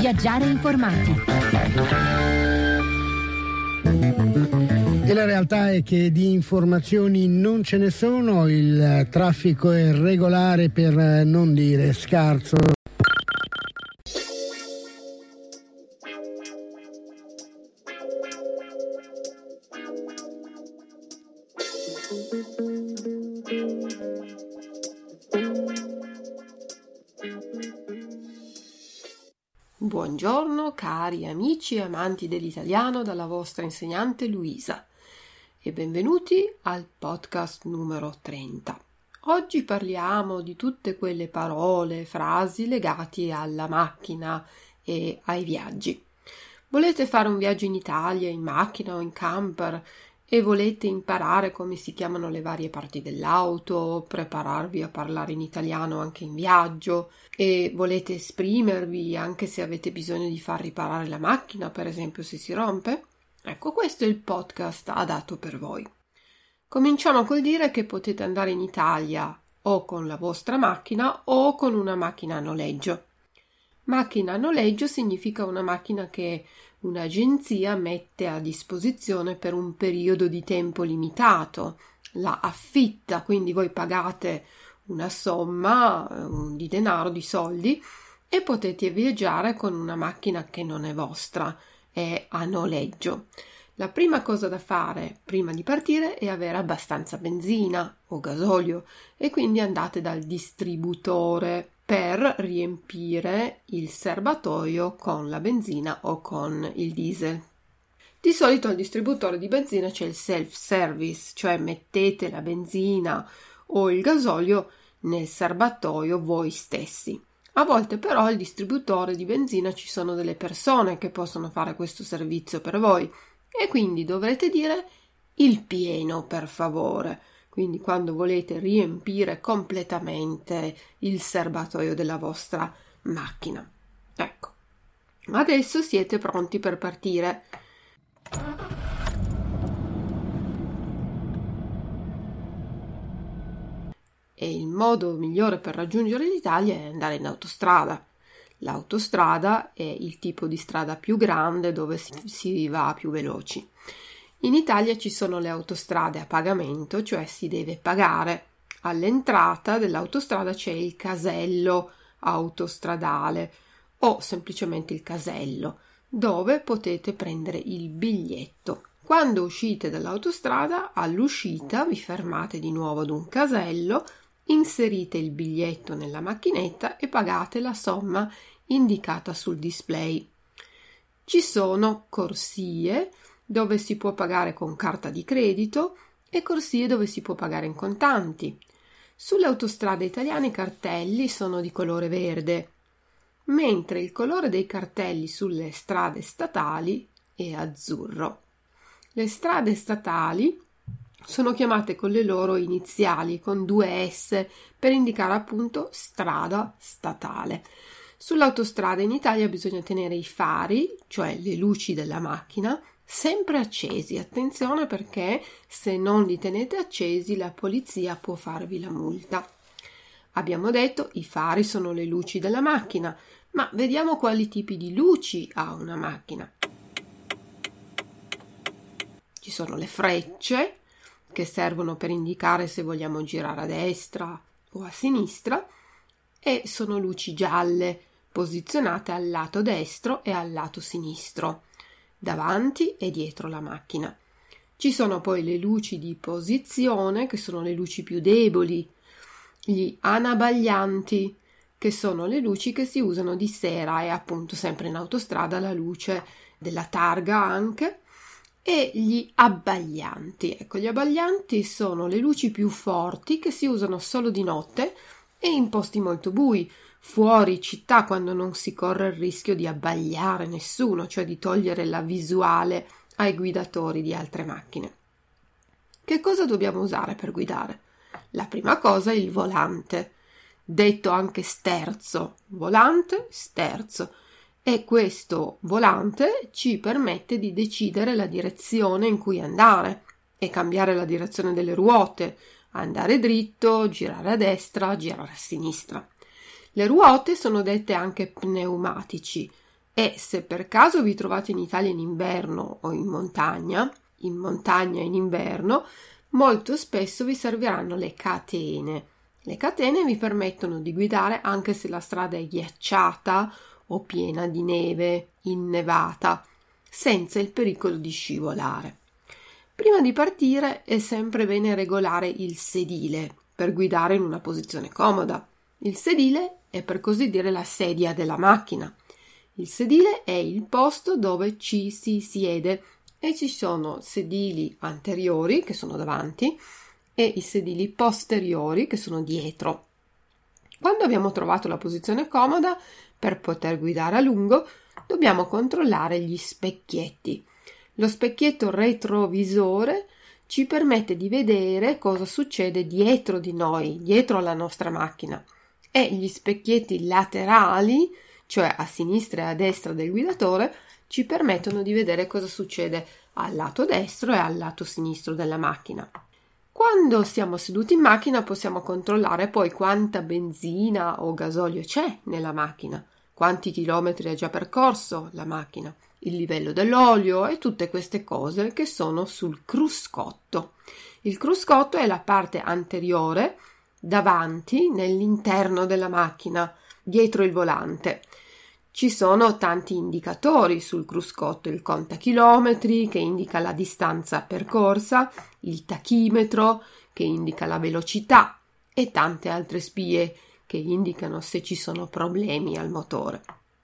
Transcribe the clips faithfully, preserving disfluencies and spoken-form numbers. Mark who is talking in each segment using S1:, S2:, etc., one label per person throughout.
S1: Viaggiare informati.
S2: E la realtà è che di informazioni non ce ne sono, il traffico è regolare per non dire scarso.
S3: Buongiorno cari amici e amanti dell'italiano dalla vostra insegnante Luisa e benvenuti al podcast numero trenta. Oggi parliamo di tutte quelle parole, frasi legate alla macchina e ai viaggi. Volete fare un viaggio in Italia, in macchina o in camper e volete imparare come si chiamano le varie parti dell'auto, prepararvi a parlare in italiano anche in viaggio e volete esprimervi anche se avete bisogno di far riparare la macchina, per esempio se si rompe? Ecco, questo è il podcast adatto per voi. Cominciamo col dire che potete andare in Italia o con la vostra macchina o con una macchina a noleggio. Macchina a noleggio significa una macchina che un'agenzia mette a disposizione per un periodo di tempo limitato, la affitta, quindi voi pagate una somma di denaro, di soldi e potete viaggiare con una macchina che non è vostra, è a noleggio. La prima cosa da fare prima di partire è avere abbastanza benzina o gasolio e quindi andate dal distributore per riempire il serbatoio con la benzina o con il diesel. Di solito al distributore di benzina c'è il self-service, cioè mettete la benzina o il gasolio nel serbatoio voi stessi. A volte però al distributore di benzina ci sono delle persone che possono fare questo servizio per voi e quindi dovrete dire il pieno per favore. Quindi quando volete riempire completamente il serbatoio della vostra macchina. Ecco, adesso siete pronti per partire. E il modo migliore per raggiungere l'Italia è andare in autostrada. L'autostrada è il tipo di strada più grande dove si, si va più veloci. In Italia ci sono le autostrade a pagamento, cioè si deve pagare. All'entrata dell'autostrada c'è il casello autostradale o semplicemente il casello, dove potete prendere il biglietto. Quando uscite dall'autostrada, all'uscita vi fermate di nuovo ad un casello, inserite il biglietto nella macchinetta e pagate la somma indicata sul display. Ci sono corsie dove si può pagare con carta di credito e corsie dove si può pagare in contanti. Sulle autostrade italiane i cartelli sono di colore verde, mentre il colore dei cartelli sulle strade statali è azzurro. Le strade statali sono chiamate con le loro iniziali, con due S, per indicare appunto strada statale. Sull'autostrada in Italia bisogna tenere i fari, cioè le luci della macchina, sempre accesi. Attenzione perché se non li tenete accesi la polizia può farvi la multa. Abbiamo detto i fari sono le luci della macchina, ma vediamo quali tipi di luci ha una macchina. Ci sono le frecce che servono per indicare se vogliamo girare a destra o a sinistra e sono luci gialle posizionate al lato destro e al lato sinistro, davanti e dietro la macchina. Ci sono poi le luci di posizione, che sono le luci più deboli, gli anabaglianti, che sono le luci che si usano di sera e appunto sempre in autostrada la luce della targa anche, e gli abbaglianti. Ecco, gli abbaglianti sono le luci più forti che si usano solo di notte e in posti molto bui, fuori città, quando non si corre il rischio di abbagliare nessuno, cioè di togliere la visuale ai guidatori di altre macchine. Che cosa dobbiamo usare per guidare? La prima cosa è il volante, detto anche sterzo, volante, sterzo, e questo volante ci permette di decidere la direzione in cui andare e cambiare la direzione delle ruote, andare dritto, girare a destra, girare a sinistra. Le ruote sono dette anche pneumatici E se per caso vi trovate in Italia in inverno o in montagna, in montagna in inverno, molto spesso vi serviranno le catene. Le catene vi permettono di guidare anche se la strada è ghiacciata o piena di neve, innevata, senza il pericolo di scivolare. Prima di partire è sempre bene regolare il sedile per guidare in una posizione comoda. Il sedile è per così dire la sedia della macchina. Il sedile è il posto dove ci si siede e ci sono sedili anteriori che sono davanti e i sedili posteriori che sono dietro. Quando abbiamo trovato la posizione comoda per poter guidare a lungo, dobbiamo controllare gli specchietti. Lo specchietto retrovisore ci permette di vedere cosa succede dietro di noi, dietro alla nostra macchina, e gli specchietti laterali, cioè a sinistra e a destra del guidatore, ci permettono di vedere cosa succede al lato destro e al lato sinistro della macchina. Quando siamo seduti in macchina possiamo controllare poi quanta benzina o gasolio c'è nella macchina, quanti chilometri ha già percorso la macchina, il livello dell'olio e tutte queste cose che sono sul cruscotto. Il cruscotto è la parte anteriore, davanti, nell'interno della macchina, dietro il volante. Ci sono tanti indicatori sul cruscotto, il contachilometri che indica la distanza percorsa, il tachimetro che indica la velocità e tante altre spie che indicano se ci sono problemi al motore.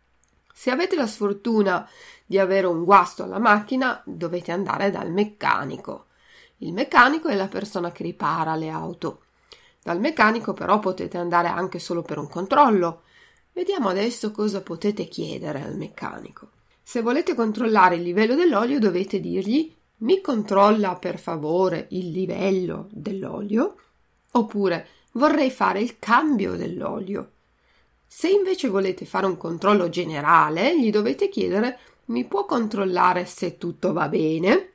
S3: Se avete la sfortuna di avere un guasto alla macchina, dovete andare dal meccanico. Il meccanico è la persona che ripara le auto. Dal meccanico però potete andare anche solo per un controllo. Vediamo adesso cosa potete chiedere al meccanico. Se volete controllare il livello dell'olio dovete dirgli: mi controlla per favore il livello dell'olio, oppure vorrei fare il cambio dell'olio. Se invece volete fare un controllo generale, gli dovete chiedere: mi può controllare se tutto va bene?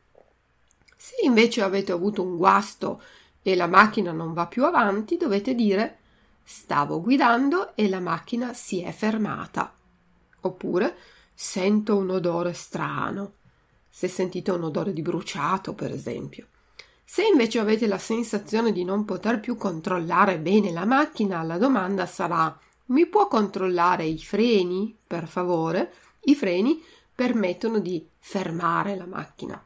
S3: Se invece avete avuto un guasto e la macchina non va più avanti, dovete dire: stavo guidando e la macchina si è fermata. Oppure: sento un odore strano. Se sentite un odore di bruciato, per esempio. Se invece avete la sensazione di non poter più controllare bene la macchina, la domanda sarà: mi può controllare i freni, per favore? I freni permettono di fermare la macchina.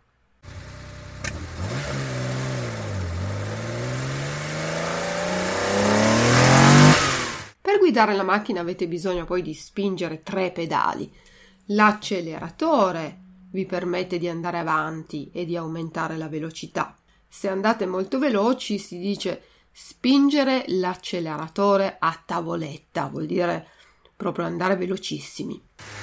S3: Per guidare la macchina avete bisogno poi di spingere tre pedali. L'acceleratore vi permette di andare avanti e di aumentare la velocità. Se andate molto veloci si dice spingere l'acceleratore a tavoletta, vuol dire proprio andare velocissimi.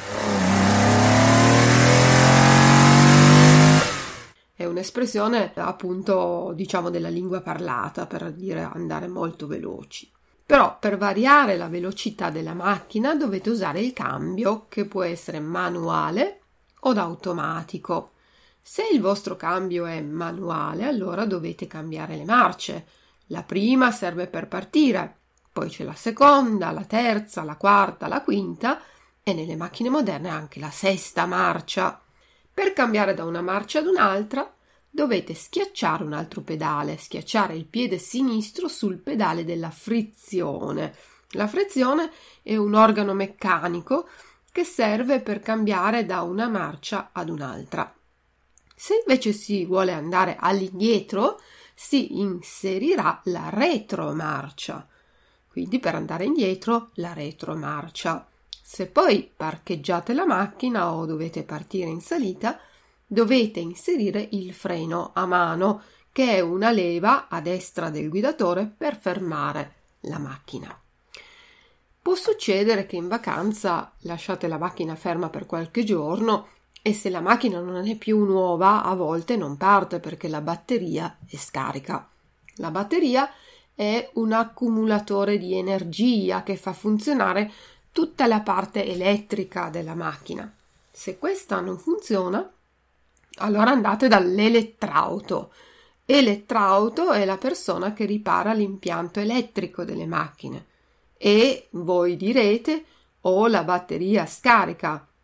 S3: È un'espressione appunto diciamo della lingua parlata per dire andare molto veloci. Però per variare la velocità della macchina dovete usare il cambio, che può essere manuale o automatico. Se il vostro cambio è manuale, allora dovete cambiare le marce. La prima serve per partire, poi c'è la seconda, la terza, la quarta, la quinta e nelle macchine moderne anche la sesta marcia. Per cambiare da una marcia ad un'altra dovete schiacciare un altro pedale, schiacciare il piede sinistro sul pedale della frizione. La frizione è un organo meccanico che serve per cambiare da una marcia ad un'altra. Se invece si vuole andare all'indietro, si inserirà la retromarcia. Quindi per andare indietro, la retromarcia. Se poi parcheggiate la macchina o dovete partire in salita, dovete inserire il freno a mano, che è una leva a destra del guidatore per fermare la macchina. Può succedere che in vacanza lasciate la macchina ferma per qualche giorno e se la macchina non è più nuova, a volte non parte perché la batteria è scarica. La batteria è un accumulatore di energia che fa funzionare tutta la parte elettrica della macchina. Se questa non funziona, allora andate dall'elettrauto. Elettrauto è la persona che ripara l'impianto elettrico delle macchine. E voi direte: ho la batteria scarica,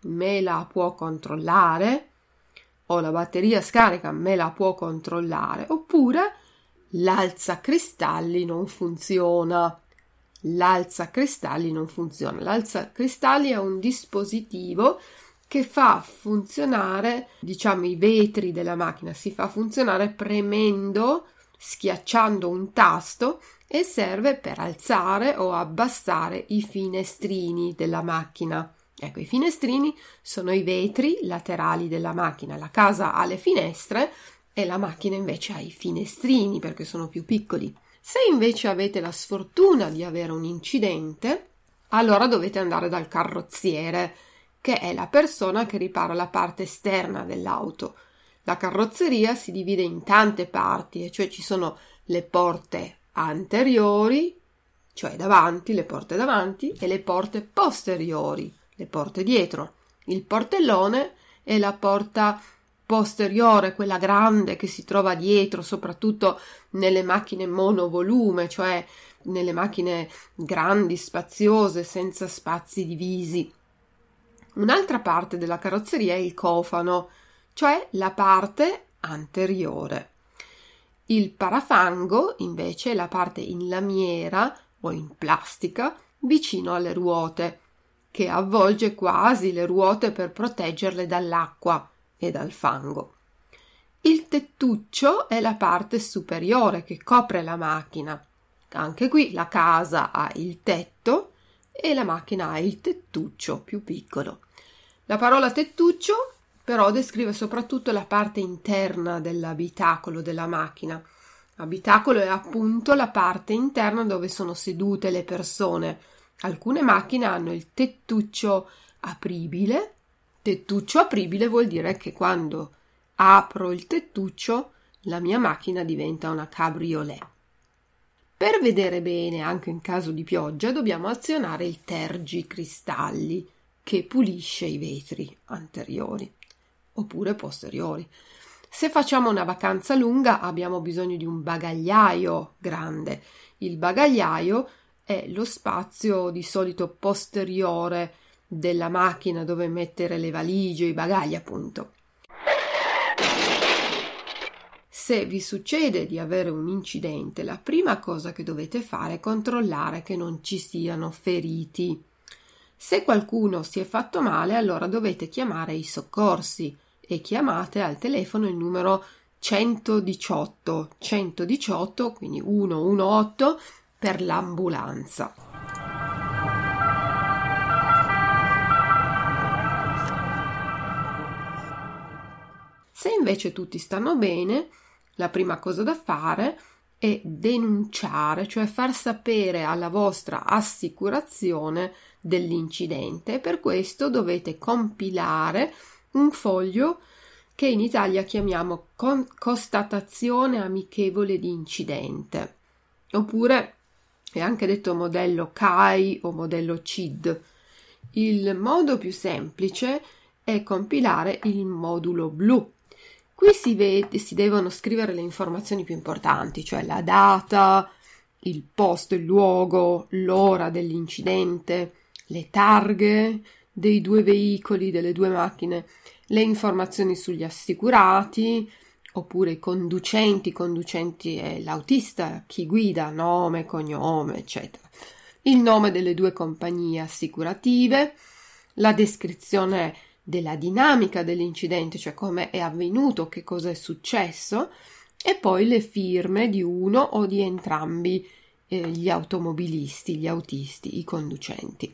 S3: me la può controllare, o la batteria scarica me la può controllare, oppure l'alzacristalli non funziona. L'alzacristalli non funziona. L'alzacristalli è un dispositivo che fa funzionare, diciamo, i vetri della macchina, si fa funzionare premendo, schiacciando un tasto, e serve per alzare o abbassare i finestrini della macchina. Ecco, i finestrini sono i vetri laterali della macchina. La casa ha le finestre e la macchina invece ha i finestrini perché sono più piccoli. Se invece avete la sfortuna di avere un incidente, allora dovete andare dal carrozziere, che è la persona che ripara la parte esterna dell'auto. La carrozzeria si divide in tante parti, e cioè ci sono le porte anteriori, cioè davanti, le porte davanti, e le porte posteriori, le porte dietro. Il portellone è la porta posteriore, quella grande che si trova dietro, soprattutto nelle macchine monovolume, cioè nelle macchine grandi, spaziose, senza spazi divisi. Un'altra parte della carrozzeria è il cofano, cioè la parte anteriore. Il parafango, invece, è la parte in lamiera o in plastica vicino alle ruote, che avvolge quasi le ruote per proteggerle dall'acqua e dal fango. Il tettuccio è la parte superiore che copre la macchina. Anche qui la casa ha il tetto e la macchina ha il tettuccio più piccolo. La parola tettuccio però descrive soprattutto la parte interna dell'abitacolo della macchina. Abitacolo è appunto la parte interna dove sono sedute le persone. Alcune macchine hanno il tettuccio apribile. Tettuccio apribile vuol dire che quando apro il tettuccio la mia macchina diventa una cabriolet. Per vedere bene anche in caso di pioggia dobbiamo azionare il tergicristalli che pulisce i vetri anteriori oppure posteriori. Se facciamo una vacanza lunga abbiamo bisogno di un bagagliaio grande. Il bagagliaio è lo spazio di solito posteriore della macchina dove mettere le valigie, i bagagli appunto. Se vi succede di avere un incidente, la prima cosa che dovete fare è controllare che non ci siano feriti. Se qualcuno si è fatto male, allora dovete chiamare i soccorsi e chiamate al telefono il numero centodiciotto, centodiciotto, quindi centodiciotto per l'ambulanza. Se invece tutti stanno bene, la prima cosa da fare è denunciare, cioè far sapere alla vostra assicurazione dell'incidente, e per questo dovete compilare un foglio che in Italia chiamiamo con- constatazione amichevole di incidente, oppure è anche detto modello C A I o modello C I D. Il modo più semplice è compilare il modulo blu. Qui si vede, si devono scrivere le informazioni più importanti, cioè la data, il posto, il luogo, l'ora dell'incidente, le targhe dei due veicoli, delle due macchine, le informazioni sugli assicurati, oppure i conducenti, conducenti è l'autista, chi guida, nome, cognome, eccetera. Il nome delle due compagnie assicurative, la descrizione della dinamica dell'incidente, cioè come è avvenuto, che cosa è successo, e poi le firme di uno o di entrambi eh, gli automobilisti, gli autisti, i conducenti.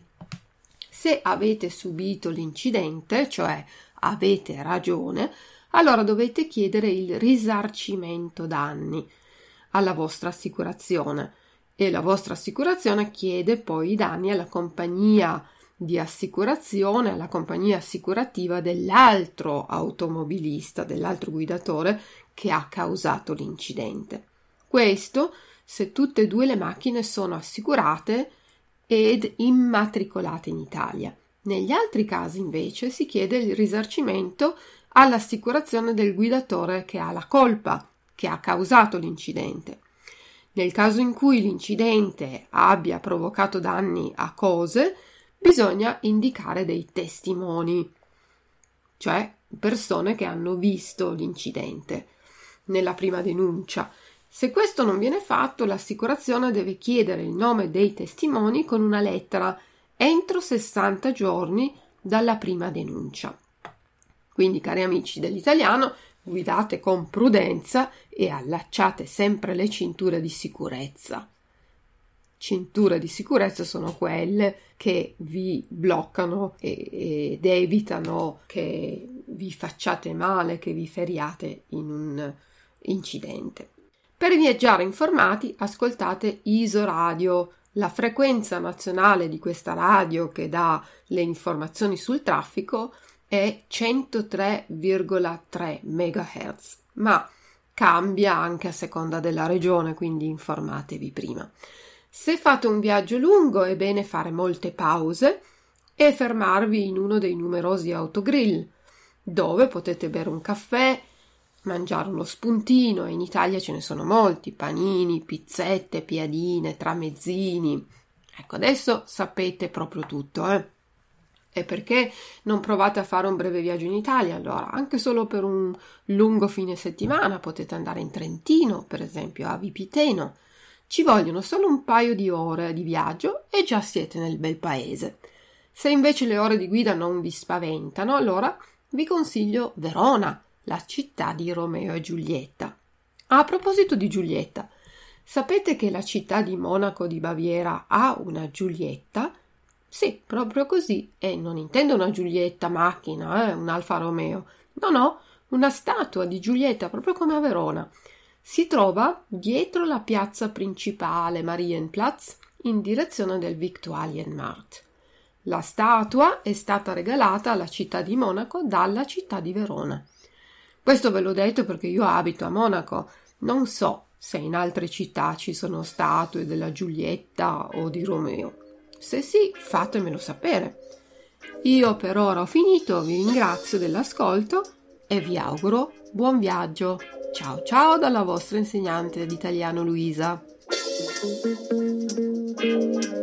S3: Se avete subito l'incidente, cioè avete ragione, allora dovete chiedere il risarcimento danni alla vostra assicurazione, e la vostra assicurazione chiede poi i danni alla compagnia di assicurazione, alla compagnia assicurativa dell'altro automobilista, dell'altro guidatore che ha causato l'incidente. Questo se tutte e due le macchine sono assicurate ed immatricolate in Italia. Negli altri casi invece si chiede il risarcimento all'assicurazione del guidatore che ha la colpa, che ha causato l'incidente. Nel caso in cui l'incidente abbia provocato danni a cose, bisogna indicare dei testimoni. cioè persone che hanno visto l'incidente nella prima denuncia. Se questo non viene fatto, l'assicurazione deve chiedere il nome dei testimoni con una lettera entro sessanta giorni dalla prima denuncia. Quindi, cari amici dell'italiano, guidate con prudenza e allacciate sempre le cinture di sicurezza. Cinture di sicurezza sono quelle che vi bloccano e, ed evitano che vi facciate male, che vi feriate in un incidente. Per viaggiare informati, ascoltate Isoradio, la frequenza nazionale di questa radio che dà le informazioni sul traffico è centotré virgola tre megahertz, ma cambia anche a seconda della regione, quindi informatevi prima. Se fate un viaggio lungo è bene fare molte pause e fermarvi in uno dei numerosi autogrill, dove potete bere un caffè, mangiare uno spuntino, e in Italia ce ne sono molti, panini, pizzette, piadine, tramezzini. Ecco, adesso sapete proprio tutto, eh? E perché non provate a fare un breve viaggio in Italia? Allora, anche solo per un lungo fine settimana potete andare in Trentino, per esempio a Vipiteno. Ci vogliono solo un paio di ore di viaggio e già siete nel bel paese. Se invece le ore di guida non vi spaventano, allora vi consiglio Verona, la città di Romeo e Giulietta. A proposito di Giulietta, sapete che la città di Monaco di Baviera ha una Giulietta? Sì, proprio così, e non intendo una Giulietta macchina, eh, un Alfa Romeo. No, no, una statua di Giulietta, proprio come a Verona. Si trova dietro la piazza principale Marienplatz, in direzione del Viktualienmarkt. La statua è stata regalata alla città di Monaco dalla città di Verona. Questo ve l'ho detto perché io abito a Monaco. Non so se in altre città ci sono statue della Giulietta o di Romeo. Se sì, fatemelo sapere. Io per ora ho finito, vi ringrazio dell'ascolto e vi auguro buon viaggio. Ciao ciao dalla vostra insegnante di italiano Luisa.